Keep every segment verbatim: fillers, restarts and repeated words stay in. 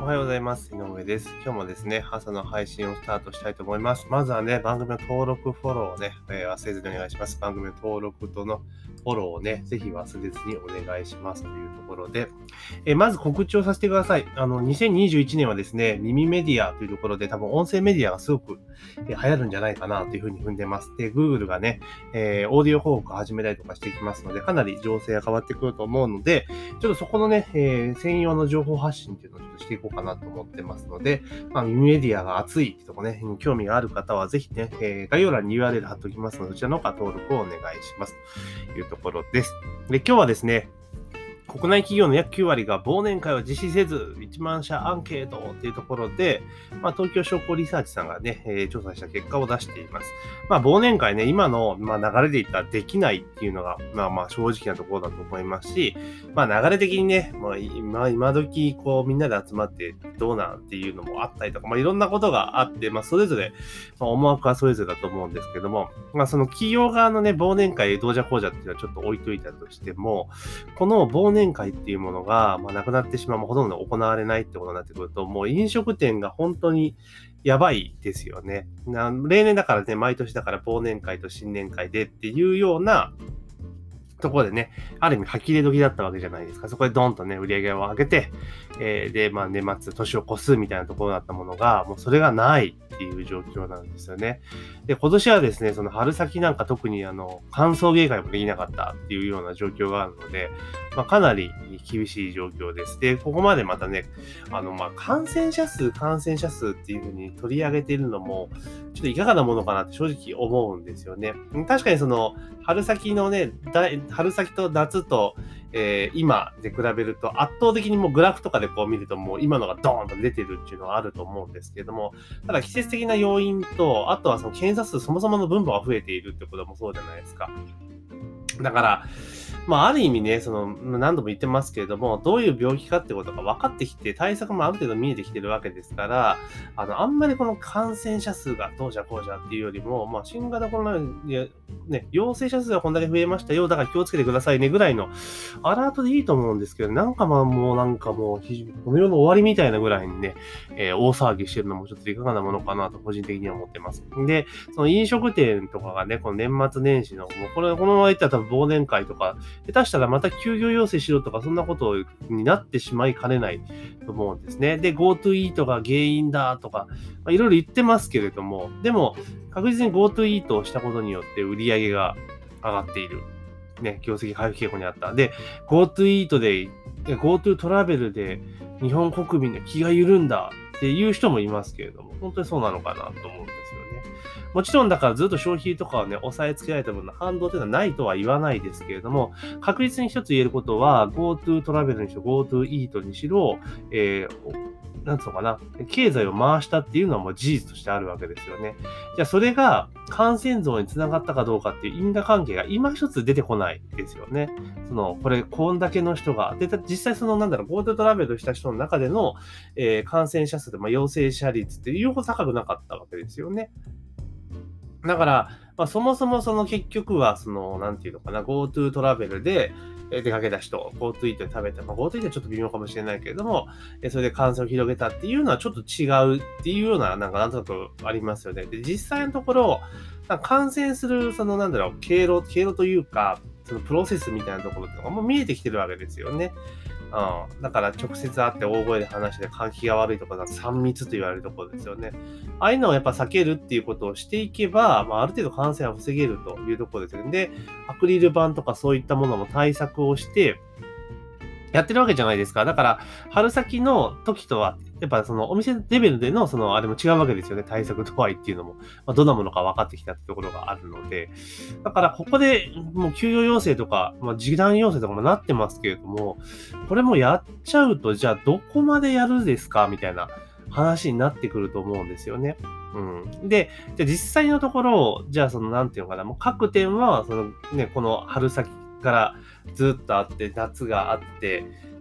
おはようございます。井上です。今日もですね、朝の配信をスタートしたいと思います。まずはね、番組の登録、フォローをね、えー忘れずにお願いします。番組の登録とのフォローをね、ぜひ忘れずにお願いしますというところで、えーまず告知をさせてください。あの、にせんにじゅういちねんはですね、耳メディアというところで多分音声メディアがすごくえー流行るんじゃないかなというふうに踏んでます。で、Google がね、えーオーディオ報告を始めたりとかしていきますので、かなり情勢が変わってくると思うので、ちょっとそこのね、えー専用の情報発信っていうのをちょっとしていこうかなと思ってますので、まあ、耳メディアが熱いってとこね、興味がある方はぜひね、えー概要欄に ユーアールエル 貼っておきますので、そちらの方登録をお願いしますというところです。で、今日はですね、国内企業の約きゅうわりが忘年会を実施せず、いちまんしゃアンケートっていうところで、まあ、東京商工リサーチさんがね、えー調査した結果を出しています。まあ、忘年会ね、今の、まあ、流れで言ったらできないっていうのが、まあまあ正直なところだと思いますし、まあ流れ的にね、まあ今、今時こうみんなで集まってどうなんっていうのもあったりとか、まあいろんなことがあって、まあそれぞれ、まあ、思惑はそれぞれだと思うんですけども、まあその企業側のね、忘年会どうじゃこうじゃっていうのはちょっと置いといたとしても、この忘年会っていうものが、まあ、なくなってしまう、もうほとんど行われないってことになってくると、もう飲食店が本当にやばいですよね。な例年だからね、毎年だから忘年会と新年会でっていうようなところでね、ある意味吐き入れ時だったわけじゃないですか。そこでドンとね、売り上げを上げて、えー、で、まあ年末、年を越すみたいなところだったものが、もうそれがないっていう状況なんですよね。で、今年はですね、その春先なんか特にあの、歓送迎会もできなかったっていうような状況があるので、まあかなり厳しい状況です。で、ここまでまたね、あの、まあ感染者数、感染者数っていうふうに取り上げているのも、ちょっといかがなものかなって正直思うんですよね。確かにその、春先のね、春先と夏と、えー、今で比べると圧倒的にもうグラフとかでこう見るともう今のがドーンと出てるっていうのはあると思うんですけれども、ただ季節的な要因と、あとはその検査数そもそもの分母が増えているってこともそうじゃないですか。だから、まあ、ある意味ね、その、何度も言ってますけれども、どういう病気かってことが分かってきて、対策もある程度見えてきてるわけですから、あの、あんまりこの感染者数がどうじゃこうじゃっていうよりも、まあ、新型コロナ、ね、陽性者数がこんだけ増えましたよ、だから気をつけてくださいね、ぐらいのアラートでいいと思うんですけど、なんかまあ、もうなんかもう、この世の終わりみたいなぐらいにね、えー、大騒ぎしてるのもちょっといかがなものかなと、個人的には思ってます。で、その飲食店とかがね、この年末年始の、もうこれ、このまま言ったら多分忘年会とか、下手したらまた休業要請しろとかそんなことになってしまいかねないと思うんですね。で、GoTo イートが原因だとか、まあ、いろいろ言ってますけれども、でも確実に GoTo イートをしたことによって売り上げが上がっている。ね、業績回復傾向にあった。で、GoTo イートで、GoTo トラベルで日本国民の気が緩んだっていう人もいますけれども、本当にそうなのかなと思うんですよね。もちろんだからずっと消費とかをね、抑えつけられた分の反動というのはないとは言わないですけれども、確実に一つ言えることは、GoTo トラベルにしろ、GoTo イートにしろ、えー、なんつうのかな、経済を回したっていうのはもう事実としてあるわけですよね。じゃあそれが感染増につながったかどうかっていう因果関係が今一つ出てこないですよね。その、これ、こんだけの人が、で、実際その、なんだろう、GoTo トラベルした人の中での、えー、感染者数で、まあ、陽性者率っていうほど高くなかったわけですよね。だから、まあ、そもそもその結局は、その、なんていうのかな、GoTo トラベルで出かけた人、GoTo イートで食べた、まあ、GoTo イートはちょっと微妙かもしれないけれども、それで感染を広げたっていうのはちょっと違うっていうような、なんかなんとなくありますよね。で、実際のところ、感染する、その、なんだろう、経路、経路というか、そのプロセスみたいなところっていうのがもう見えてきてるわけですよね。うん、だから直接会って大声で話して換気が悪いところだとさん密と言われるところですよね。ああいうのをやっぱ避けるっていうことをしていけば、まあ、ある程度感染は防げるというところですよね。で、アクリル板とかそういったものも対策をして、やってるわけじゃないですか。だから、春先の時とは、やっぱそのお店レベルでのそのあれも違うわけですよね。対策度合いっていうのも、まあ、どんなものか分かってきたってところがあるので。だからここでもう休業要請とか、まあ、時短要請とかもなってますけれども、これもやっちゃうと、じゃあどこまでやるですかみたいな話になってくると思うんですよね。うん。で、じゃあ実際のところ、じゃあそのなんていうのかな、もう各店は、そのね、この春先からずっとあって、夏があって、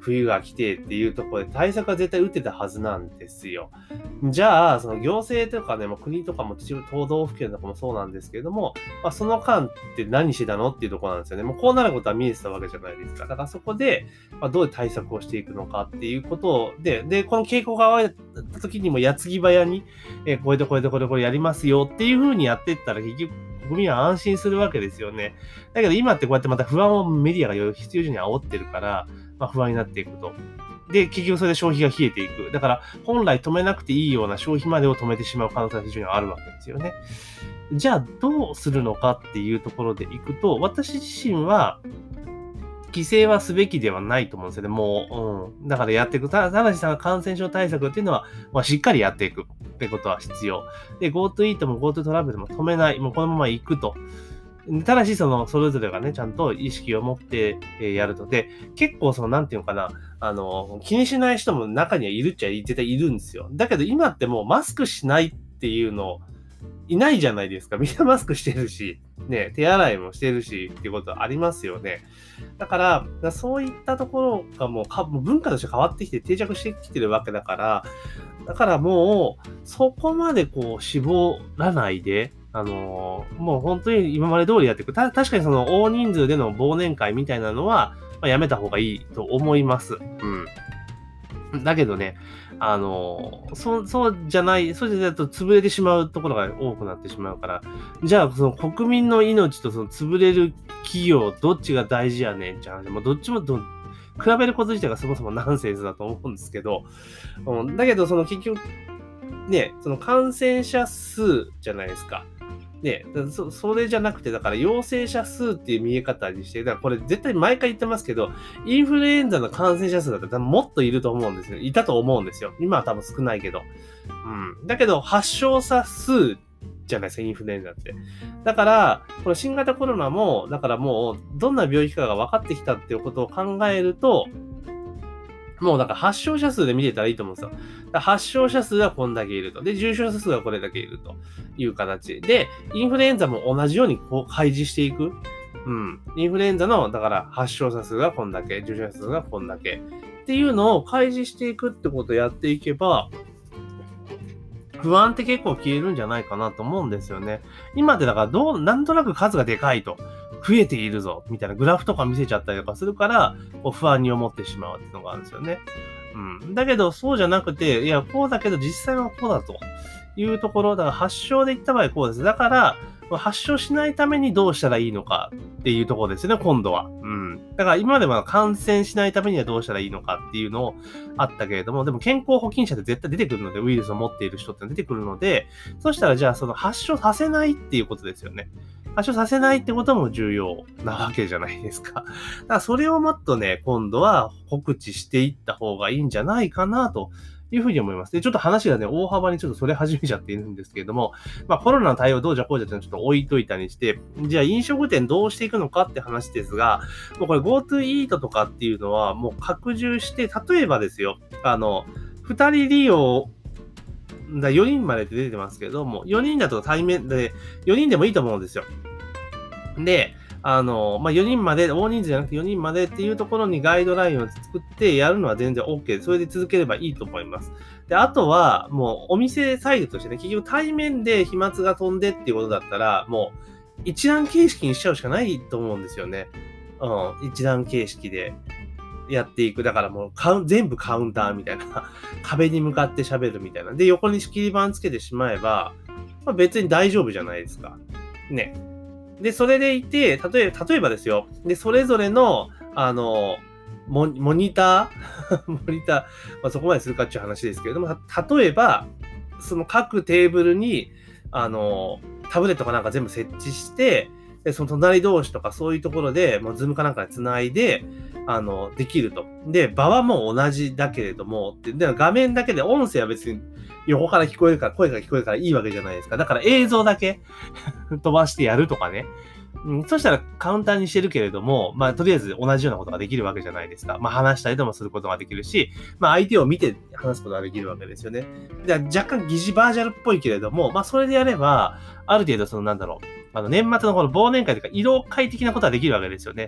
冬が来てっていうところで対策は絶対打ってたはずなんですよ。じゃあ、その行政とかね、もう国とかも都道府県とかもそうなんですけれども、まあ、その間って何してたのっていうところなんですよね。もうこうなることは見えてたわけじゃないですか。だからそこで、まあ、どういう対策をしていくのかっていうことで、で、この傾向が現れた時にも矢継ぎ早に、えー、これとこれとこれこれやりますよっていう風にやっていったら結局国民は安心するわけですよね。だけど今ってこうやってまた不安をメディアが必要以上に煽ってるから、まあ、不安になっていくと。で、結局それで消費が冷えていく。だから、本来止めなくていいような消費までを止めてしまう可能性が非常にあるわけですよね。じゃあ、どうするのかっていうところでいくと、私自身は、規制はすべきではないと思うんですよね。もう、うん。だからやっていく。ただしさんが感染症対策っていうのは、まあ、しっかりやっていくってことは必要。で、GoTo イートも GoTo トラベルも止めない。もうこのまま行くと。ただし、その、それぞれがね、ちゃんと意識を持って、えー、やると。で、結構その、なんていうのかな、あの、気にしない人も中にはいるっちゃ絶対いるんですよ。だけど今ってもうマスクしないっていうの、いないじゃないですか。みんなマスクしてるし、ね、手洗いもしてるし、っていうことありますよね。だから、そういったところがもうか、もう文化として変わってきて定着してきてるわけだから、だからもう、そこまでこう、絞らないで、あのー、もう本当に今まで通りやっていく。た、確かにその大人数での忘年会みたいなのは、まあ、やめた方がいいと思います。うん。だけどね、あのー、そう、そうじゃない、そうじゃないと潰れてしまうところが多くなってしまうから、じゃあその国民の命とその潰れる企業、どっちが大事やねんって話。もうどっちもど、比べること自体がそもそもナンセンスだと思うんですけど、うん、だけどその結局、ね、その感染者数じゃないですか。ね、そ, それじゃなくて、だから陽性者数っていう見え方にして、だからこれ絶対毎回言ってますけど、インフルエンザの感染者数だったらもっといると思うんですよ。いたと思うんですよ。今は多分少ないけど。うん。だけど、発症者数じゃないですか、インフルエンザって。だから、この新型コロナも、だからもう、どんな病気かが分かってきたっていうことを考えると、もうだから発症者数で見てたらいいと思うんですよ。発症者数はこんだけいると。で、重症者数はこれだけいるという形で、インフルエンザも同じようにこう開示していく。うん。インフルエンザの、だから発症者数がこんだけ、重症者数がこんだけ。っていうのを開示していくってことをやっていけば、不安って結構消えるんじゃないかなと思うんですよね。今ってだからどう、なんとなく数がでかいと。増えているぞ、みたいなグラフとか見せちゃったりとかするから、こう不安に思ってしまうっていうのがあるんですよね。うん。だけど、そうじゃなくて、いや、こうだけど実際はこうだというところ、だから発症で言った場合こうです。だから、発症しないためにどうしたらいいのかっていうところですよね、今度は。うん。だから今までは感染しないためにはどうしたらいいのかっていうのをあったけれども、でも健康保菌者って絶対出てくるので、ウイルスを持っている人って出てくるので、そしたらじゃあその発症させないっていうことですよね。発症させないってことも重要なわけじゃないですか。だからそれをもっとね、今度は告知していった方がいいんじゃないかなというふうに思います。で、ちょっと話がね、大幅にちょっとそれ始めちゃっているんですけれども、まあコロナの対応どうじゃこうじゃっていうのをちょっと置いといたにして、じゃあ飲食店どうしていくのかって話ですが、もうこれ GoTo イートとかっていうのはもう拡充して、例えばですよ、あの、二人利用、だよにんまでって出てますけども、よにんだと対面で、よにんでもいいと思うんですよ。で、あの、まあ、よにんまで、大人数じゃなくてよにんまでっていうところにガイドラインを作ってやるのは全然 OK で、それで続ければいいと思います。で、あとは、もうお店サイドとしてね、結局対面で飛沫が飛んでっていうことだったら、もう一覧形式にしちゃうしかないと思うんですよね。うん、一覧形式でやっていく。だからもうカウン、全部カウンターみたいな。壁に向かって喋るみたいな。で、横に仕切り板つけてしまえば、まあ、別に大丈夫じゃないですか。ね。で、それでいて、例えば、例えばですよ。で、それぞれの、あの、モ, モニターモニター、まあ、そこまでするかっていう話ですけれども、例えば、その各テーブルに、あの、タブレットかなんか全部設置して、で、その隣同士とかそういうところで、もうズームかなんかで繋いで、あの、できると。で、場はもう同じだけれども、で、画面だけで音声は別に横から聞こえるから、声が聞こえるからいいわけじゃないですか。だから映像だけ飛ばしてやるとかね。うん、そしたらカウンターにしてるけれども、まあ、とりあえず同じようなことができるわけじゃないですか。まあ、話したりでもすることができるし、まあ、相手を見て話すことができるわけですよね。で、若干疑似バーチャルっぽいけれども、まあ、それでやれば、ある程度そのなんだろう、あの、年末のこの忘年会というか、移動会的なことはできるわけですよね。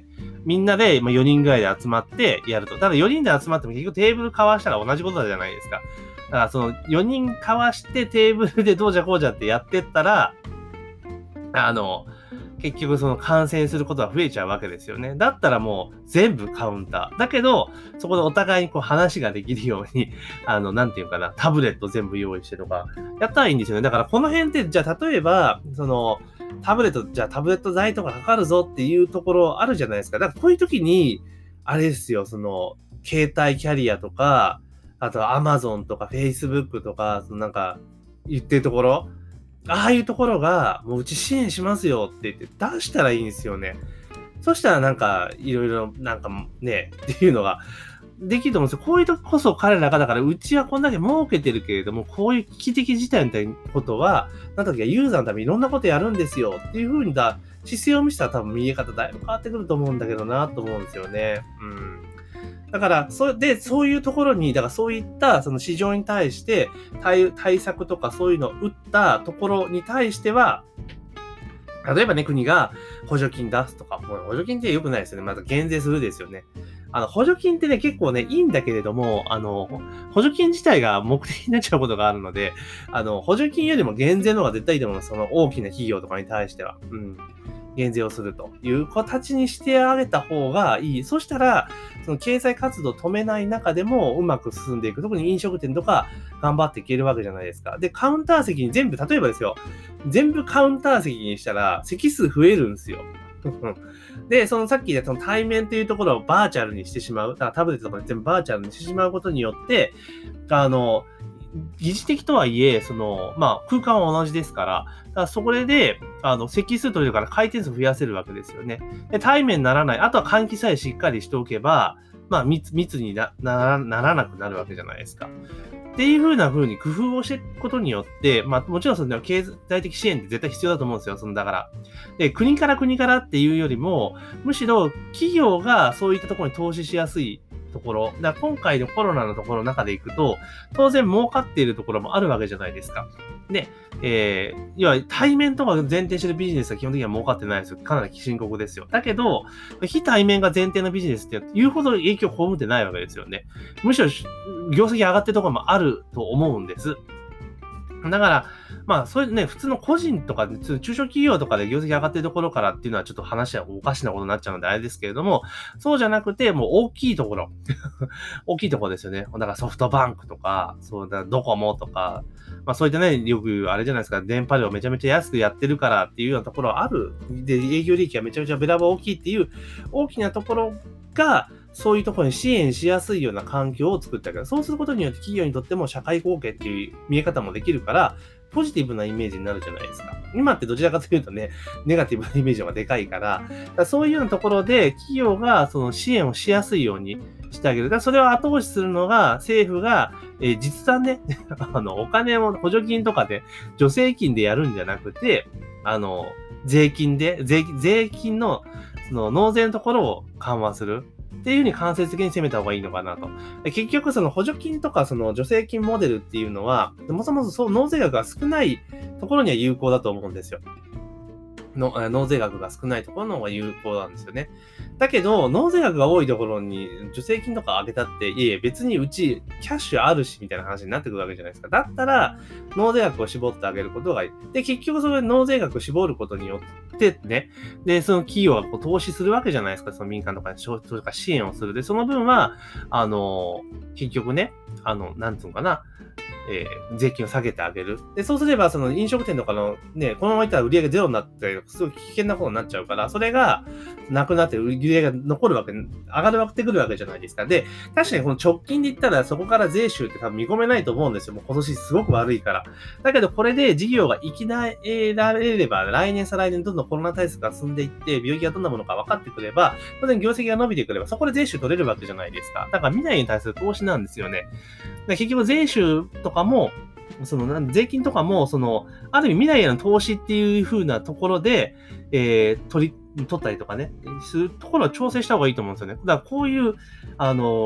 みんなで、まあ、よにんぐらいで集まってやると。ただよにんで集まっても結局テーブル交わしたら同じことじゃないですか。だからそのよにん交わしてテーブルでどうじゃこうじゃってやってったら、あの、結局その感染することが増えちゃうわけですよね。だったらもう全部カウンター。だけど、そこでお互いにこう話ができるように、あの、なんていうかな、タブレット全部用意してとか、やったらいいんですよね。だからこの辺って、じゃあ例えば、その、タブレット、じゃあタブレット代とかかかるぞっていうところあるじゃないですか。だからこういう時に、あれですよ、その、携帯キャリアとか、あとアマゾンとかフェイスブックとか、そのなんか、言ってるところ、ああいうところが、もううち支援しますよって言って出したらいいんですよね。そしたらなんか、いろいろなんかね、っていうのができると思うんですよ。こういうとこそ彼らが、だからうちはこんだけ儲けてるけれども、こういう危機的事態みたいなことは、なんだっけ、ユーザーのためにいろんなことやるんですよっていう風にだ、姿勢を見せたら多分見え方だいぶ変わってくると思うんだけどなと思うんですよね。うん。だから、それで、そういうところに、だからそういった、その市場に対して、対、対策とかそういうのを打ったところに対しては、例えばね、国が補助金出すとか、もう補助金って良くないですよね。また減税するですよね。あの、補助金ってね、結構ね、いいんだけれども、あの、補助金自体が目的になっちゃうことがあるので、あの、補助金よりも減税の方が絶対いいと思います。その大きな企業とかに対しては。うん。減税をするという形にしてあげた方がいい。そしたら、その経済活動を止めない中でもうまく進んでいく。特に飲食店とか頑張っていけるわけじゃないですか。で、カウンター席に全部、例えばですよ、全部カウンター席にしたら席数増えるんですよ。で、そのさっき言ったその対面というところをバーチャルにしてしまう。だからタブレットとかで全部バーチャルにしてしまうことによって、あの、疑似的とはいえ、その、まあ、空間は同じですから、だからそこで、あの、席数取れるから回転数増やせるわけですよね。で、対面にならない。あとは換気さえしっかりしておけば、まあ、密、密にな、な、ならなくなるわけじゃないですか。っていう風な風に工夫をしていくことによって、まあ、もちろんその経済的支援って絶対必要だと思うんですよ。その、だから。で、国から国からっていうよりも、むしろ企業がそういったところに投資しやすいところ。だから今回のコロナのところの中でいくと、当然儲かっているところもあるわけじゃないですか。で、えー、要は対面とか前提してるビジネスは基本的には儲かってないですよ。かなり深刻ですよ。だけど、非対面が前提のビジネスって言うほど影響を被ってないわけですよね。むしろ業績上がってるところもあると思うんです。だから、まあ、そういうね、普通の個人とか、中小企業とかで業績上がってるところからっていうのはちょっと話はおかしなことになっちゃうのであれですけれども、そうじゃなくて、もう大きいところ。大きいところですよね。だからソフトバンクとか、そうだ、ドコモとか、まあそういったね、よくあれじゃないですか、電波量めちゃめちゃ安くやってるからっていうようなところはある。で、営業利益がめちゃめちゃべらぼう大きいっていう大きなところが、そういうところに支援しやすいような環境を作ってあげる。そうすることによって企業にとっても社会貢献っていう見え方もできるから、ポジティブなイメージになるじゃないですか。今ってどちらかというとね、ネガティブなイメージがでかいから、だからそういうようなところで企業がその支援をしやすいようにしてあげる。だからそれを後押しするのが政府が、えー、実際ね、あの、お金を補助金とかで、助成金でやるんじゃなくて、あの、税金で、税、税金のその納税のところを緩和する。っていうふうに間接的に攻めた方がいいのかなと。結局その補助金とかその助成金モデルっていうのは、もともとそう納税額が少ないところには有効だと思うんですよ。の納税額が少ないところの方が有効なんですよね。だけど、納税額が多いところに助成金とか上げたって、いえいえ別にうちキャッシュあるしみたいな話になってくるわけじゃないですか。だったら、納税額を絞ってあげることがいい。で、結局それ納税額を絞ることによってね、で、その企業がこう投資するわけじゃないですか。その民間とかに消費とか支援をする。で、その分は、あの、結局ね、あの、なんつうのかな、えー、税金を下げてあげる。で、そうすれば、その飲食店とかのね、このままいったら売り上げゼロになって、すごい危険なことになっちゃうから、それがなくなって売り上げが残るわけ、上がるわけてくるわけじゃないですか。で、確かにこの直近で言ったら、そこから税収って多分見込めないと思うんですよ。もう今年すごく悪いから。だけど、これで事業が生きなられれば、来年再来年どんどんコロナ対策が進んでいって、病気がどんなものか分かってくれば、当然業績が伸びてくれば、そこで税収取れるわけじゃないですか。だから未来に対する投資なんですよね。で結局税収とかも、その、税金とかも、その、ある意味未来への投資っていう風なところで、えー、取り、取ったりとかね、するところを調整した方がいいと思うんですよね。だからこういう、あの、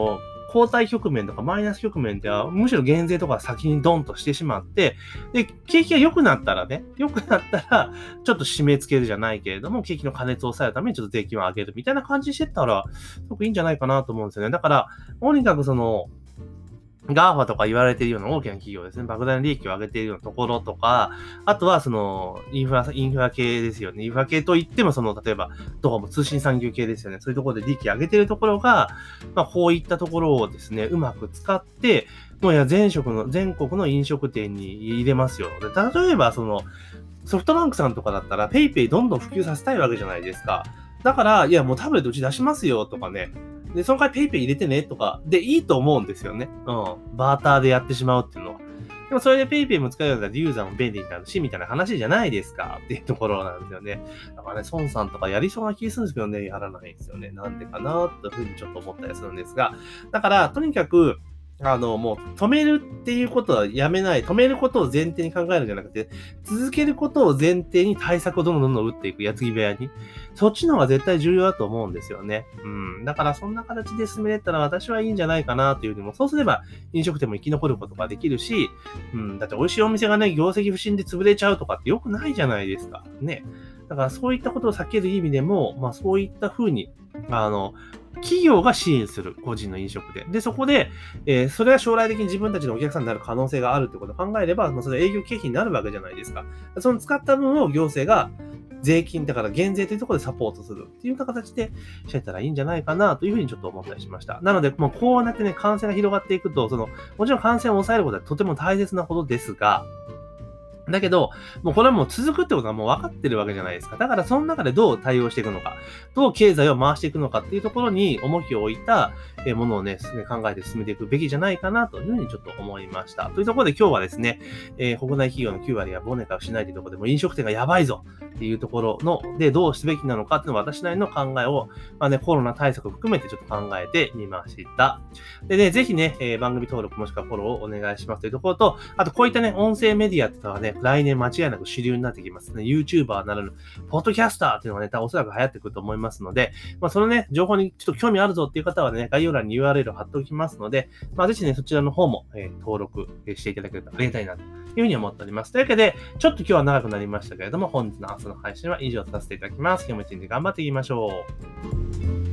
後退局面とかマイナス局面では、むしろ減税とか先にドンとしてしまって、で、景気が良くなったらね、良くなったら、ちょっと締め付けるじゃないけれども、景気の過熱を抑えるためにちょっと税金を上げるみたいな感じにしてったら、すごくいいんじゃないかなと思うんですよね。だから、とにかくその、ガーファ とか言われているような大きな企業ですね。莫大な利益を上げているようなところとか、あとはその、インフラ、インフラ系ですよね。インフラ系といっても、その、例えば、ドコモ通信産業系ですよね。そういうところで利益を上げているところが、まあ、こういったところをですね、うまく使って、もういや、全職の、全国の飲食店に入れますよ。で、例えば、その、ソフトバンクさんとかだったら、ペイペイどんどん普及させたいわけじゃないですか。だから、いや、もうタブレットうち出しますよとかね。で、その代わりペイペイ入れてねとかでいいと思うんですよね。うん。バーターでやってしまうっていうのは。でもそれでペイペイも使うようになってユーザーも便利になるし、みたいな話じゃないですかっていうところなんですよね。だからね、孫さんとかやりそうな気がするんですけどね、やらないんですよね。なんでかなっていうふうにちょっと思ったりするんですが。だから、とにかく、あの、もう止めるっていうことはやめない。止めることを前提に考えるんじゃなくて、続けることを前提に対策をどんどんどんどん打っていく、矢継ぎ早に。そっちの方が絶対重要だと思うんですよね。うん。だからそんな形で進めれたら私はいいんじゃないかなというふうにも、そうすれば飲食店も生き残ることができるし、うん。だって美味しいお店がね、業績不振で潰れちゃうとかって良くないじゃないですか。ね。だからそういったことを避ける意味でも、まあそういったふうに、あの、企業が支援する個人の飲食店。で、そこで、えー、それは将来的に自分たちのお客さんになる可能性があるってことを考えれば、まあ、それは営業経費になるわけじゃないですか。その使った分を行政が税金だから減税というところでサポートするっていう形でしてたらいいんじゃないかなというふうにちょっと思ったりしました。なので、もうこうなってね、感染が広がっていくと、その、もちろん感染を抑えることはとても大切なことですが、だけど、もうこれはもう続くってことはもう分かってるわけじゃないですか。だからその中でどう対応していくのか、どう経済を回していくのかっていうところに重きを置いたものをね、考えて進めていくべきじゃないかなというふうにちょっと思いました。というところで今日はですね、えー、国内企業のきゅう割は忘年会をしないというところでも飲食店がやばいぞっていうところのでどうすべきなのかっていうのは私なりの考えを、まあね、コロナ対策を含めてちょっと考えてみました。でね、ぜひね、えー、番組登録もしくはフォローをお願いしますというところと、あとこういったね、音声メディアっていうのはね、来年間違いなく主流になってきますね。YouTuber ならぬ、ポッドキャスターっていうのがね、おそらく流行ってくると思いますので、まあそのね、情報にちょっと興味あるぞっていう方はね、概要欄に ユーアールエル を貼っておきますので、まあぜひね、そちらの方も、えー、登録していただけるとありがたいなというふうに思っております。というわけで、ちょっと今日は長くなりましたけれども、本日の朝の配信は以上とさせていただきます。今日も一日頑張っていきましょう。